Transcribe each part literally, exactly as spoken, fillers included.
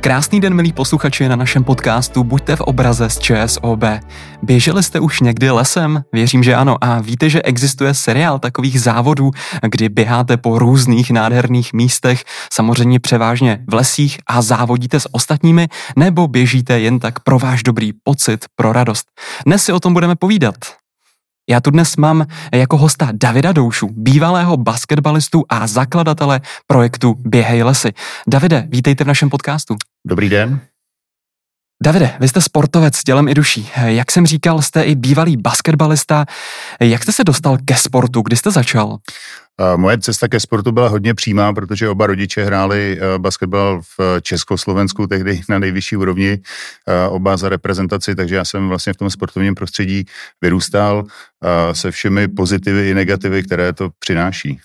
Krásný den, milí posluchači, na našem podcastu Buďte v obraze z ČSOB. Běželi jste už někdy lesem? Věřím, že ano. A víte, že existuje seriál takových závodů, kdy běháte po různých nádherných místech, samozřejmě převážně v lesích, a závodíte s ostatními, nebo běžíte jen tak pro váš dobrý pocit, pro radost. Dnes si o tom budeme povídat. Já tu dnes mám jako hosta Davida Doušu, bývalého basketbalistu a zakladatele projektu Běhej lesy. Davide, vítejte v našem podcastu. Dobrý den. Davide, vy jste sportovec tělem i duší. Jak jsem říkal, jste i bývalý basketbalista. Jak jste se dostal ke sportu? Kdy jste začal? Moje cesta ke sportu byla hodně přímá, protože oba rodiče hráli basketbal v Československu, tehdy na nejvyšší úrovni, oba za reprezentaci, takže já jsem vlastně v tom sportovním prostředí vyrůstal se všemi pozitivy i negativy, které to přináší.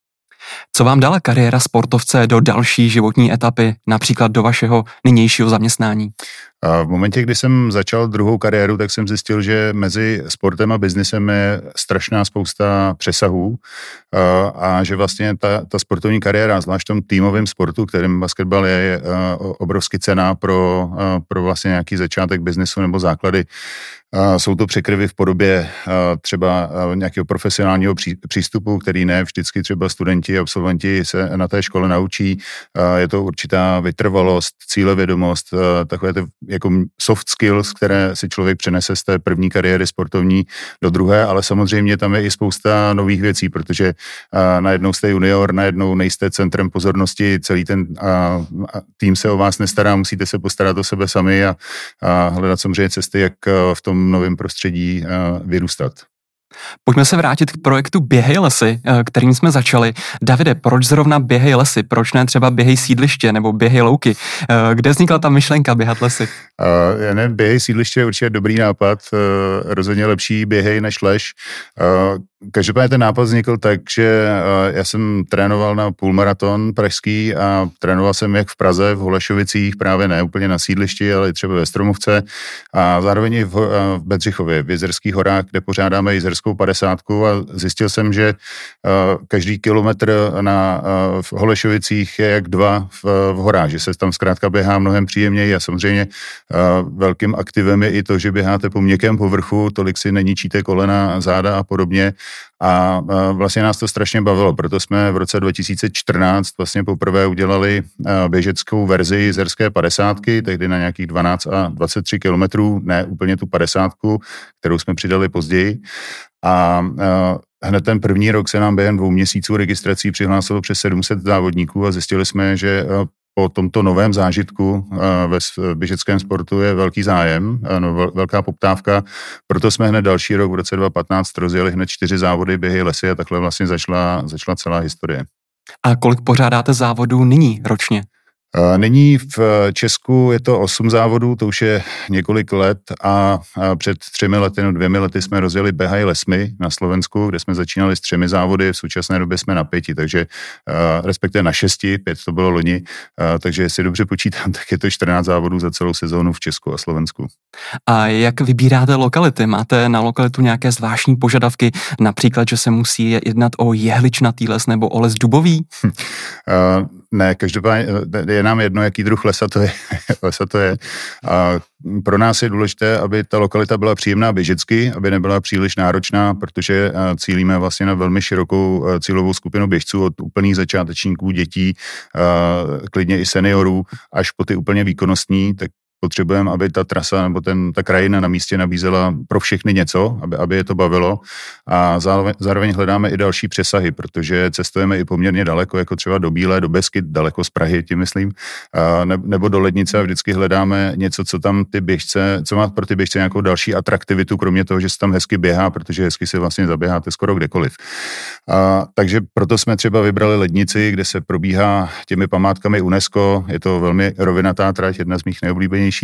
Co vám dala kariéra sportovce do další životní etapy, například do vašeho nynějšího zaměstnání? V momentě, kdy jsem začal druhou kariéru, tak jsem zjistil, že mezi sportem a biznisem je strašná spousta přesahů a že vlastně ta, ta sportovní kariéra, zvlášť v tom týmovém sportu, kterým basketbal je, je obrovsky cenná pro, pro vlastně nějaký začátek biznisu nebo základy. Jsou to překryvy v podobě třeba nějakého profesionálního přístupu, který ne vždycky třeba studenti, absolventi se na té škole naučí. Je to určitá vytrvalost, cílevědomost, takové to jako soft skills, které si člověk přenese z té první kariéry sportovní do druhé, ale samozřejmě tam je i spousta nových věcí, protože najednou jste junior, najednou nejste centrem pozornosti, celý ten tým se o vás nestará, musíte se postarat o sebe sami a, a hledat samozřejmě cesty, jak v tom novém prostředí vyrůstat. Pojďme se vrátit k projektu Běhej lesy, kterým jsme začali. Davide, proč zrovna Běhej lesy? Proč ne třeba Běhej sídliště nebo Běhej louky? Kde vznikla ta myšlenka běhat lesy? Uh, ne, Běhej sídliště je určitě dobrý nápad, uh, rozhodně lepší běhej než lež. Uh, Každopádně ten nápad vznikl tak, že uh, já jsem trénoval na půlmaraton pražský a trénoval jsem jak v Praze, v Holešovicích, právě ne úplně na sídlišti, ale třeba ve Stromovce, a zároveň i v, uh, v Bedřichově, v Jizerských horách, kde pořádáme Jizerskou padesátku, a zjistil jsem, že uh, každý kilometr na uh, v Holešovicích je jak dva v, v horách, že se tam zkrátka běhá mnohem příjemněji a samozřejmě uh, velkým aktivem je i to, že běháte po měkkém povrchu, tolik si neníčíte kolena, záda a podobně. A vlastně nás to strašně bavilo, proto jsme v roce dva tisíce čtrnáct vlastně poprvé udělali běžeckou verzi Jizerské padesátky, tehdy na nějakých dvanáct a dvacet tři kilometrů, ne úplně tu padesátku, kterou jsme přidali později. A hned ten první rok se nám během dvou měsíců registrací přihlásilo přes sedm set závodníků a zjistili jsme, že po tomto novém zážitku ve běžeckém sportu je velký zájem, no, velká poptávka, proto jsme hned další rok v roce dva tisíce patnáct rozjeli hned čtyři závody Běhej lesy a takhle vlastně začala, začala celá historie. A kolik pořádáte závodů nyní ročně? Nyní v Česku je to osm závodů, to už je několik let, a před třemi lety, no dvěmi lety jsme rozjeli Běhej lesmi na Slovensku, kde jsme začínali s třemi závody, v současné době jsme na pěti, takže respektive na šesti, pět to bylo loni, takže jestli dobře počítám, tak je to čtrnáct závodů za celou sezónu v Česku a Slovensku. A jak vybíráte lokality? Máte na lokalitu nějaké zvláštní požadavky, například, že se musí jednat o jehličnatý les nebo o les dubový? Hm. Uh, ne, každopádně je nám jedno, jaký druh lesa to je. lesa to je. A pro nás je důležité, aby ta lokalita byla příjemná běžecky, aby nebyla příliš náročná, protože cílíme vlastně na velmi širokou cílovou skupinu běžců, od úplných začátečníků, dětí, klidně i seniorů, až po ty úplně výkonnostní, tak potřebujeme, aby ta trasa nebo ten, ta krajina na místě nabízela pro všechny něco, aby, aby je to bavilo, a zároveň, zároveň hledáme i další přesahy, protože cestujeme i poměrně daleko, jako třeba do Bílé, do Beskyd, daleko z Prahy, tím myslím, a ne, nebo do Lednice, a vždycky hledáme něco, co tam ty běžce, co má pro ty běžce nějakou další atraktivitu, kromě toho, že se tam hezky běhá, protože hezky se vlastně zaběháte skoro kdekoliv. A, takže proto jsme třeba vybrali Lednici, kde se probíhá těmi památkami UNESCO, je to velmi rovinatá trať, jedna z mých nejoblíbenějších.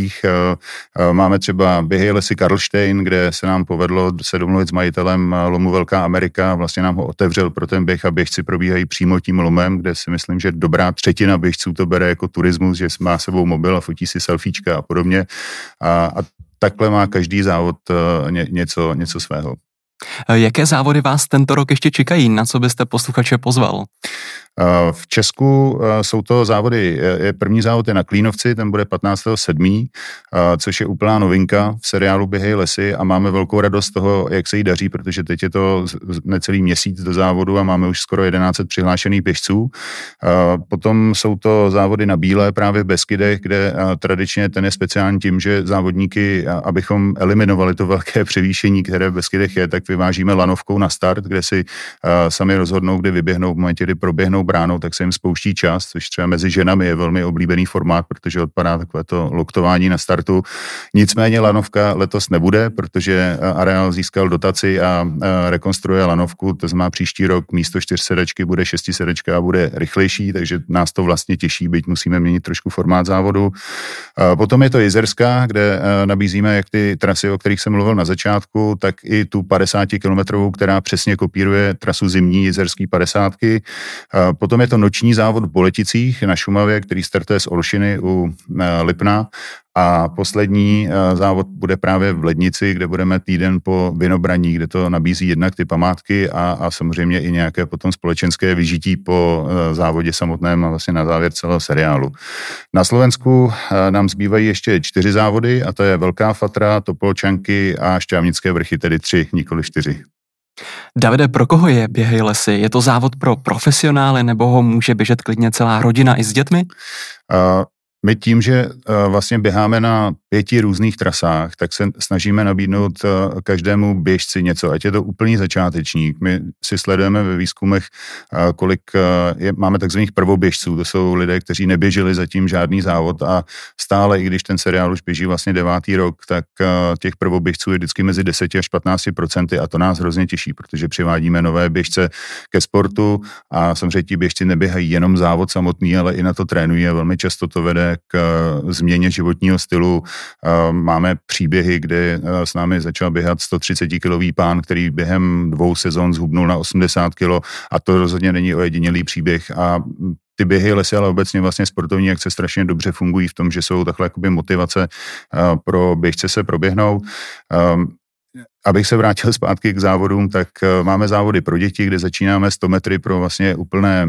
Máme třeba Běhej lesy Karlštejn, kde se nám povedlo se domluvit s majitelem lomu Velká Amerika, vlastně nám ho otevřel pro ten běh a běžci probíhají přímo tím lomem, kde si myslím, že dobrá třetina běžců to bere jako turismus, že má sebou mobil a fotí si selfiečka a podobně. A, a takhle má každý závod ně, něco, něco svého. Jaké závody vás tento rok ještě čekají? Na co byste posluchače pozval? V Česku jsou to závody, první závod je na Klínovci, ten bude patnáctého sedmého což je úplná novinka v seriálu Běhej lesy a máme velkou radost z toho, jak se jí daří, protože teď je to necelý měsíc do závodu a máme už skoro jedenáct set přihlášených běžců. Potom jsou to závody na Bílé právě v Beskydech, kde tradičně ten je speciální tím, že závodníky, abychom eliminovali to velké převýšení, které v Beskydech je, tak vyvážíme lanovkou na start, kde si sami rozhodnou, kdy vyběhnou, v momentě, kdy proběhnou bránou, tak se jim spouští čas, což třeba mezi ženami je velmi oblíbený formát, protože odpadá takové to loktování na startu. Nicméně lanovka letos nebude, protože areál získal dotaci a rekonstruuje lanovku, to znamená příští rok místo čtyřsedačky bude šestisedačka a bude rychlejší, takže nás to vlastně těší, byť musíme měnit trošku formát závodu. Potom je to Jizerská, kde nabízíme jak ty trasy, o kterých jsem mluvil na začátku, tak i tu padesátikilometrovou, která přesně kopíruje trasu zimní jizerský padesátky. Potom je to noční závod v Boleticích na Šumavě, který startuje z Olšiny u Lipna. A poslední závod bude právě v Lednici, kde budeme týden po Vinobraní, kde to nabízí jednak ty památky a, a samozřejmě i nějaké potom společenské vyžití po závodě samotném a vlastně na závěr celého seriálu. Na Slovensku nám zbývají ještě čtyři závody a to je Velká Fatra, Topolčanky a Šťávnické vrchy, tedy tři, nikoli čtyři. Davide, pro koho je Běhej lesy? Je to závod pro profesionály nebo ho může běžet klidně celá rodina i s dětmi? Uh, My tím, že vlastně běháme na pěti různých trasách, tak se snažíme nabídnout každému běžci něco, ať je to úplný začátečník. My si sledujeme ve výzkumech, kolik je, máme takzvaných prvoběžců, to jsou lidé, kteří neběželi zatím žádný závod a stále, i když ten seriál už běží vlastně devátý rok, tak těch prvoběžců je vždycky mezi deseti až patnácti procenty a to nás hrozně těší, protože přivádíme nové běžce ke sportu a samozřejmě ti běžci neběhají jenom závod samotný, ale i na to trénují a velmi často to vede k změně životního stylu. Máme příběhy, kdy s námi začal běhat sto třicet kilový pán, který během dvou sezon zhubnul na osmdesát kilo a to rozhodně není ojedinělý příběh a ty běhy lesy, ale obecně vlastně sportovní akce strašně dobře fungují v tom, že jsou takhle jakoby motivace pro běžce se proběhnout. Abych se vrátil zpátky k závodům, tak máme závody pro děti, kde začínáme sto metry pro vlastně úplné,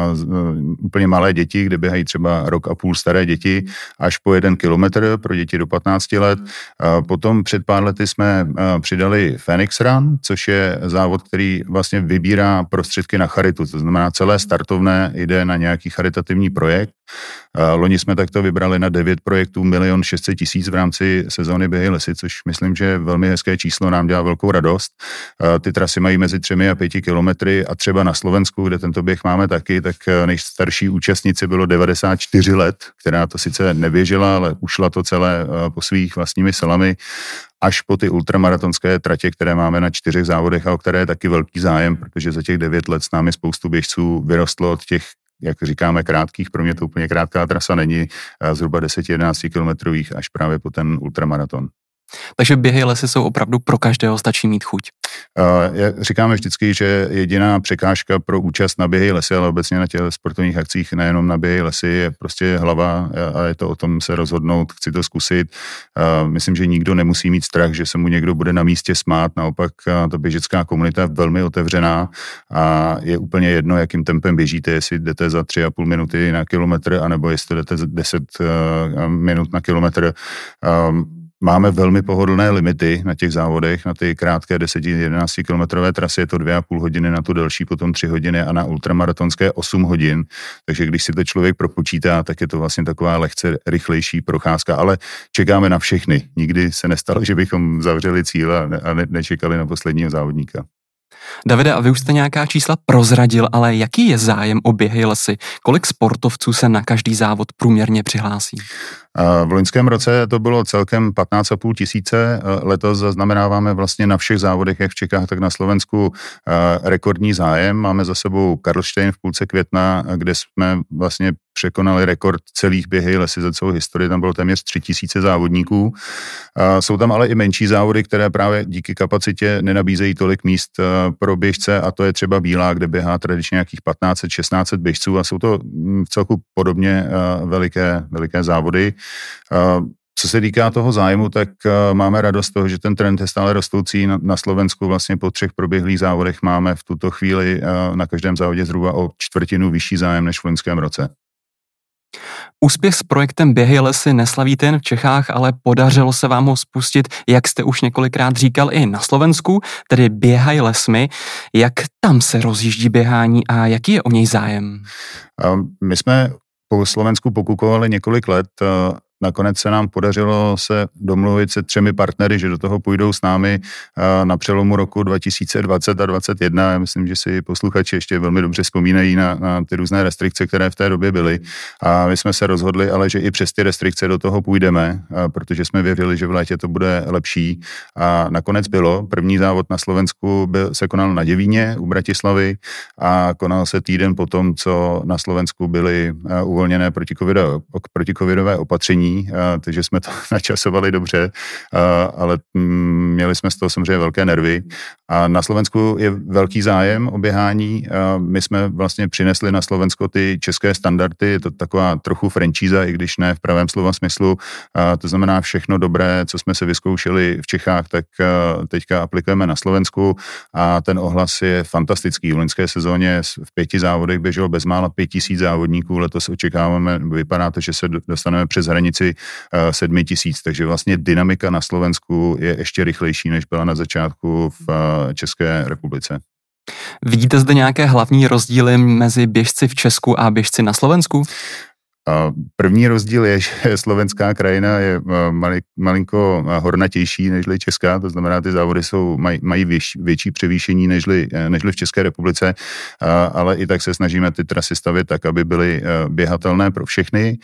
úplně malé děti, kde běhají třeba rok a půl staré děti, až po jeden kilometr pro děti do patnácti let. Potom před pár lety jsme přidali Phoenix Run, což je závod, který vlastně vybírá prostředky na charitu, to znamená celé startovné jde na nějaký charitativní projekt. Loni jsme takto vybrali na devět projektů milion šest set tisíc v rámci sezóny Běhej lesy, což myslím, že je velmi hezké číslo, nám dělá velkou radost. Ty trasy mají mezi třemi a pěti kilometry a třeba na Slovensku, kde tento běh máme taky, tak nejstarší účastnici bylo devadesát čtyři let, která to sice neběžela, ale ušla to celé po svých vlastními silami až po ty ultramaratonské tratě, které máme na čtyřech závodech a o které je taky velký zájem, protože za těch devět let s námi spoustu běžců vyrostlo od těch, jak říkáme, krátkých, pro mě to úplně krátká trasa není, zhruba deset jedenáct kilometrových až právě po ten ultramaraton. Takže Běhej lesy jsou opravdu pro každého, stačí mít chuť. Uh, říkáme vždycky, že jediná překážka pro účast na Běhej lesy, ale obecně na těch sportovních akcích, nejenom na Běhej lesy, je prostě hlava a je to o tom se rozhodnout, chci to zkusit. Uh, myslím, že nikdo nemusí mít strach, že se mu někdo bude na místě smát, naopak uh, ta běžecká komunita je velmi otevřená a je úplně jedno, jakým tempem běžíte, jestli jdete za tři a půl minuty na kilometr, anebo jestli jdete za deset uh, minut na kilometr. Um, Máme velmi pohodlné limity na těch závodech, na ty krátké deset jedenáct kilometrové trasy je to dvě a půl hodiny, na tu delší potom tři hodiny a na ultramaratonské osm hodin. Takže když si to člověk propočítá, tak je to vlastně taková lehce rychlejší procházka, ale čekáme na všechny. Nikdy se nestalo, že bychom zavřeli cíl a, ne, a ne, nečekali na posledního závodníka. Davide, a vy už jste nějaká čísla prozradil, ale jaký je zájem o Běhej lesy? Kolik sportovců se na každý závod průměrně přihlásí? V loňském roce to bylo celkem patnáct a půl tisíce, letos zaznamenáváme vlastně na všech závodech, jak v Čechách, tak na Slovensku rekordní zájem. Máme za sebou Karlštejn v půlce května, kde jsme vlastně překonali rekord celých Běhej lesy za celou historii, tam bylo téměř tři tisíce závodníků. Jsou tam ale i menší závody, které právě díky kapacitě nenabízejí tolik míst pro běžce a to je třeba Bílá, kde běhá tradičně nějakých patnáct set šestnáct set běžců a jsou to v celku podobně veliké, veliké závody. Co se týká toho zájmu, tak máme radost toho, že ten trend je stále rostoucí. Na Slovensku vlastně po třech proběhlých závodech máme v tuto chvíli na každém závodě zhruba o čtvrtinu vyšší zájem než v loňském roce. Úspěch s projektem Běhej lesy neslavíte jen v Čechách, ale podařilo se vám ho spustit, jak jste už několikrát říkal, i na Slovensku, tedy Běhaj lesmi. Jak tam se rozjíždí běhání a jaký je o něj zájem? My jsme po Slovensku pokukovali několik let. Nakonec se nám podařilo se domluvit se třemi partnery, že do toho půjdou s námi na přelomu roku dva tisíce dvacet a dvacet jedna. Já myslím, že si posluchači ještě velmi dobře vzpomínají na, na ty různé restrikce, které v té době byly. A my jsme se rozhodli, ale že i přes ty restrikce do toho půjdeme, protože jsme věřili, že v létě to bude lepší. A nakonec bylo. První závod na Slovensku byl, se konal na Děvíně u Bratislavy a konal se týden po tom, co na Slovensku byly uvolněné protikovidové, protikovidové opatření. Takže jsme to načasovali dobře, ale měli jsme z toho samozřejmě velké nervy. A na Slovensku je velký zájem o běhání. My jsme vlastně přinesli na Slovensko ty české standardy, je to taková trochu franšíza, i když ne v pravém slova smyslu. To znamená všechno dobré, co jsme se vyzkoušeli v Čechách, tak teďka aplikujeme na Slovensku a ten ohlas je fantastický. V loňské sezóně v pěti závodech běželo bezmála pět tisíc závodníků, letos očekáváme, vypadá to, že se dostaneme přes hranici sedmi tisíc, takže vlastně dynamika na Slovensku je ještě rychlejší, než byla na začátku v České republice. Vidíte zde nějaké hlavní rozdíly mezi běžci v Česku a běžci na Slovensku? První rozdíl je, že slovenská krajina je malinko hornatější nežli česká, to znamená, ty závody jsou, maj, mají větší, větší převýšení nežli, nežli v České republice, ale i tak se snažíme ty trasy stavět tak, aby byly běhatelné pro všechny.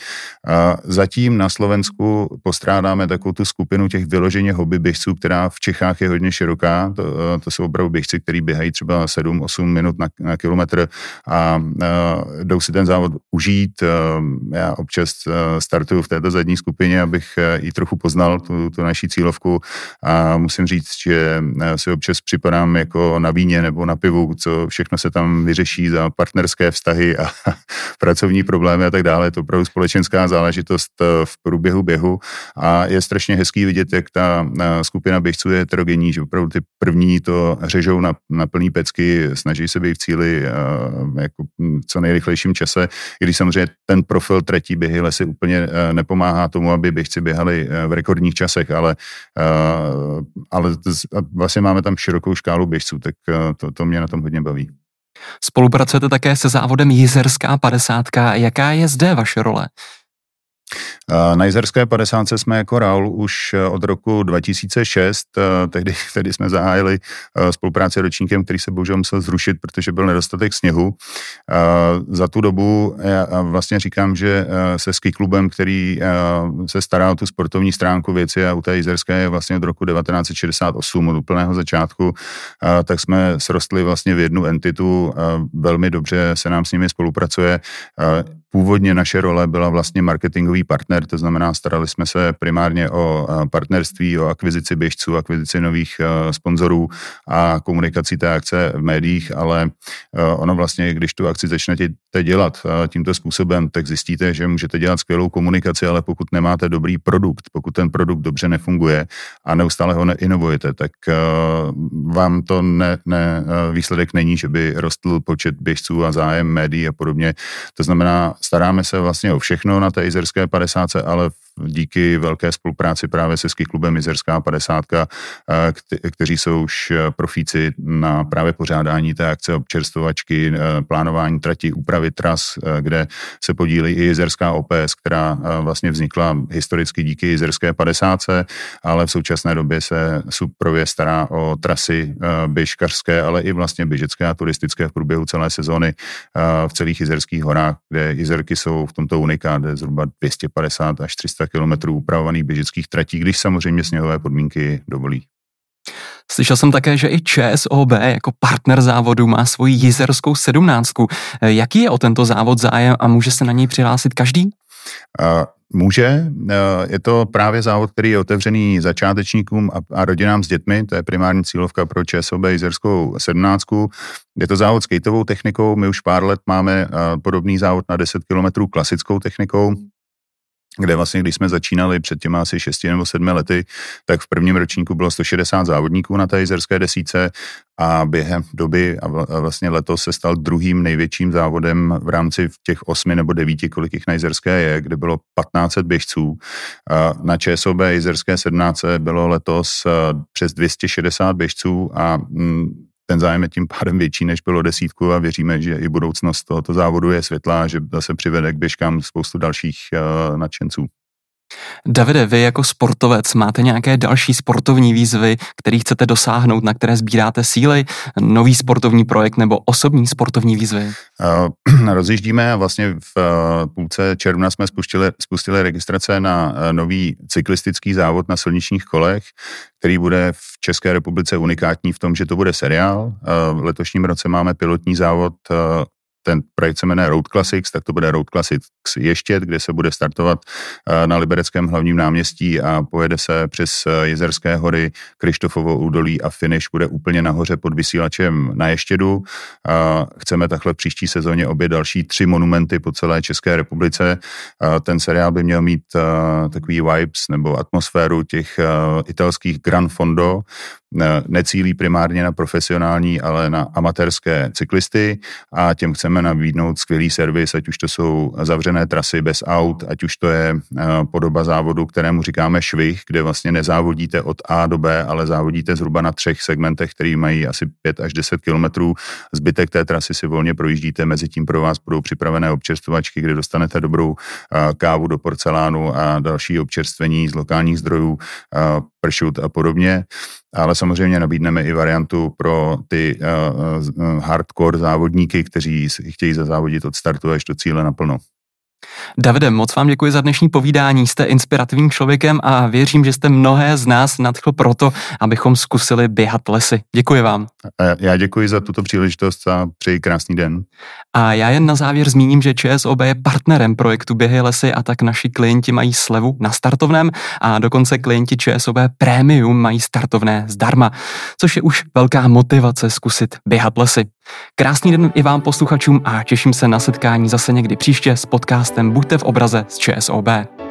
Zatím na Slovensku postrádáme takovou tu skupinu těch vyloženě hobby běžců, která v Čechách je hodně široká. To, to jsou opravdu běžci, kteří běhají třeba sedm osm minut na, na kilometr a, a jdou si ten závod užít. Já občas startuju v této zadní skupině, abych ji trochu poznal, tu, tu naši cílovku, a musím říct, že si občas připadám jako na víně nebo na pivu, co všechno se tam vyřeší za partnerské vztahy a pracovní problémy a tak dále. Je to opravdu společenská záležitost v průběhu běhu a je strašně hezký vidět, jak ta skupina běžců je heterogenní, že opravdu ty první to řežou na, na plný pecky, snaží se být v cíli jako co nejrychlejším čase, i když samozřejmě ten profil tretí Běhej lesy úplně nepomáhá tomu, aby běžci běhali v rekordních časech, ale, ale vlastně máme tam širokou škálu běžců, tak to, to mě na tom hodně baví. Spolupracujete také se závodem Jizerská padesátka. Jaká je zde vaše role? Na Jizerské padesátce jsme jako Raul už od roku dva tisíce šest, tehdy, tehdy jsme zahájili spolupráci s ročníkem, který se bohužel musel zrušit, protože byl nedostatek sněhu. Za tu dobu já vlastně říkám, že se ski klubem, který se stará o tu sportovní stránku věci a u té Jizerské je vlastně od roku devatenáct set šedesát osm, od úplného začátku, tak jsme srostli vlastně v jednu entitu, velmi dobře se nám s nimi spolupracuje. Původně naše role byla vlastně marketingový partner, to znamená, starali jsme se primárně o partnerství, o akvizici běžců, akvizici nových sponzorů a komunikaci té akce v médiích, ale ono vlastně, když tu akci začnete dělat tímto způsobem, tak zjistíte, že můžete dělat skvělou komunikaci, ale pokud nemáte dobrý produkt, pokud ten produkt dobře nefunguje a neustále ho neinovujete, tak vám to ne, ne, výsledek není, že by rostl počet běžců a zájem médií a podobně. To znamená, staráme se vlastně o všechno na té Jizerské padesátce, ale díky velké spolupráci právě se ski klubem Jizerská padesátka, kteří jsou už profíci na právě pořádání té akce, občerstvovačky, plánování trati, úpravy tras, kde se podílí i Jizerská O P S, která vlastně vznikla historicky díky Jizerské padesátce, ale v současné době se Suprově stará o trasy běžkařské, ale i vlastně běžecké a turistické v průběhu celé sezóny v celých Jizerských horách, kde Jizerky jsou v tomto unikát, kde zhruba dvě stě padesát až tři sta kilometrů upravovaných běžeckých tratí, když samozřejmě sněhové podmínky dovolí. Slyšel jsem také, že i Č S O B jako partner závodu má svoji Jizerskou sedmnáctku. Jaký je o tento závod zájem a může se na něj přihlásit každý? Uh, Může. Je to právě závod, který je otevřený začátečníkům a rodinám s dětmi. To je primární cílovka pro Č S O B Jizerskou sedmnáctku. Je to závod s skateovou technikou. My už pár let máme podobný závod na deset kilometrů klasickou technikou. kde vlastně, když jsme začínali před těma asi šesti nebo sedmi lety, tak v prvním ročníku bylo sto šedesát závodníků na té jizerské desítce a během doby a vlastně letos se stal druhým největším závodem v rámci těch osmi nebo devíti, kolik jich na jizerské je, kde bylo patnáct set běžců. Na ČSOB jizerské sedmnáct bylo letos přes dvě stě šedesát běžců a ten zájem je tím pádem větší, než bylo desítku a věříme, že i budoucnost tohoto závodu je světlá, že zase přivede k běžkám spoustu dalších uh, nadšenců. Davide, vy jako sportovec máte nějaké další sportovní výzvy, které chcete dosáhnout, na které sbíráte síly, nový sportovní projekt nebo osobní sportovní výzvy? Uh, rozjíždíme a vlastně v uh, půlce června jsme spustili, spustili registrace na uh, nový cyklistický závod na silničních kolech, který bude v České republice unikátní v tom, že to bude seriál. Uh, v letošním roce máme pilotní závod, uh, ten projekt se jmenuje Road Classics, tak to bude Road Classics Ještěd, kde se bude startovat na Libereckém hlavním náměstí a pojede se přes Jizerské hory, Krištofovo údolí a finish bude úplně nahoře pod Vysílačem na Ještědu. Chceme takhle v příští sezóně obě další tři monumenty po celé České republice. Ten seriál by měl mít takový vibes nebo atmosféru těch italských Gran Fondo. Necílí primárně na profesionální, ale na amatérské cyklisty a těm chceme nabídnout skvělý servis, ať už to jsou zavřené trasy bez aut, ať už to je podoba závodu, kterému říkáme švih, kde vlastně nezávodíte od A do B, ale závodíte zhruba na třech segmentech, který mají asi pět až deset kilometrů. Zbytek té trasy si volně projíždíte, mezi tím pro vás budou připravené občerstvovačky, kde dostanete dobrou kávu do porcelánu a další občerstvení z lokálních zdrojů, pršut a podobně. Ale samozřejmě nabídneme i variantu pro ty uh, uh, hardcore závodníky, kteří chtějí zazávodit od startu až do cíle naplno. Davide, moc vám děkuji za dnešní povídání, jste inspirativním člověkem a věřím, že jste mnohé z nás nadchl proto, abychom zkusili běhat lesy. Děkuji vám. Já děkuji za tuto příležitost a přeji krásný den. A já jen na závěr zmíním, že ČSOB je partnerem projektu Běhy lesy a tak naši klienti mají slevu na startovném a dokonce klienti ČSOB Premium mají startovné zdarma, což je už velká motivace zkusit běhat lesy. Krásný den i vám posluchačům a těším se na setkání zase někdy příště s podcastem Buďte v obraze z ČSOB.